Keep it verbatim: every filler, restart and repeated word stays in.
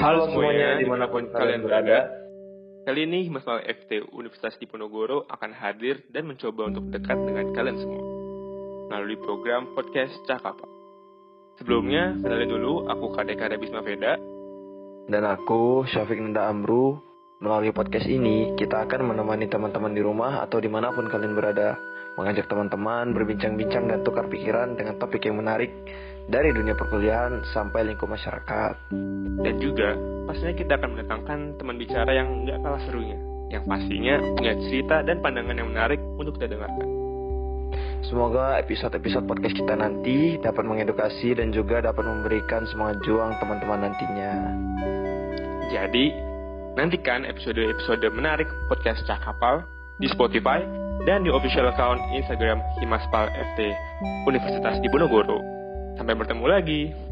Halo semuanya, dimanapun kalian berada. Kali ini Himaspal F T Universitas Diponegoro akan hadir dan mencoba untuk dekat dengan kalian semua melalui program podcast Cakapal. Sebelumnya, kenalin dulu, aku Kadeka Bisma Veda. Dan aku, Syafiq Nanda Amru. Melalui podcast ini, kita akan menemani teman-teman di rumah atau dimanapun kalian berada, mengajak teman-teman berbincang-bincang dan tukar pikiran dengan topik yang menarik dari dunia perkuliahan sampai lingkup masyarakat. Dan juga, pastinya kita akan mendatangkan teman bicara yang nggak kalah serunya, yang pastinya punya cerita dan pandangan yang menarik untuk kita dengarkan. Semoga episode-episode podcast kita nanti dapat mengedukasi dan juga dapat memberikan semangat juang teman-teman nantinya. Jadi, nantikan episode-episode menarik podcast Cakapal di Spotify dan di official account Instagram Himaspal F T Universitas Diponegoro. Sampai bertemu lagi.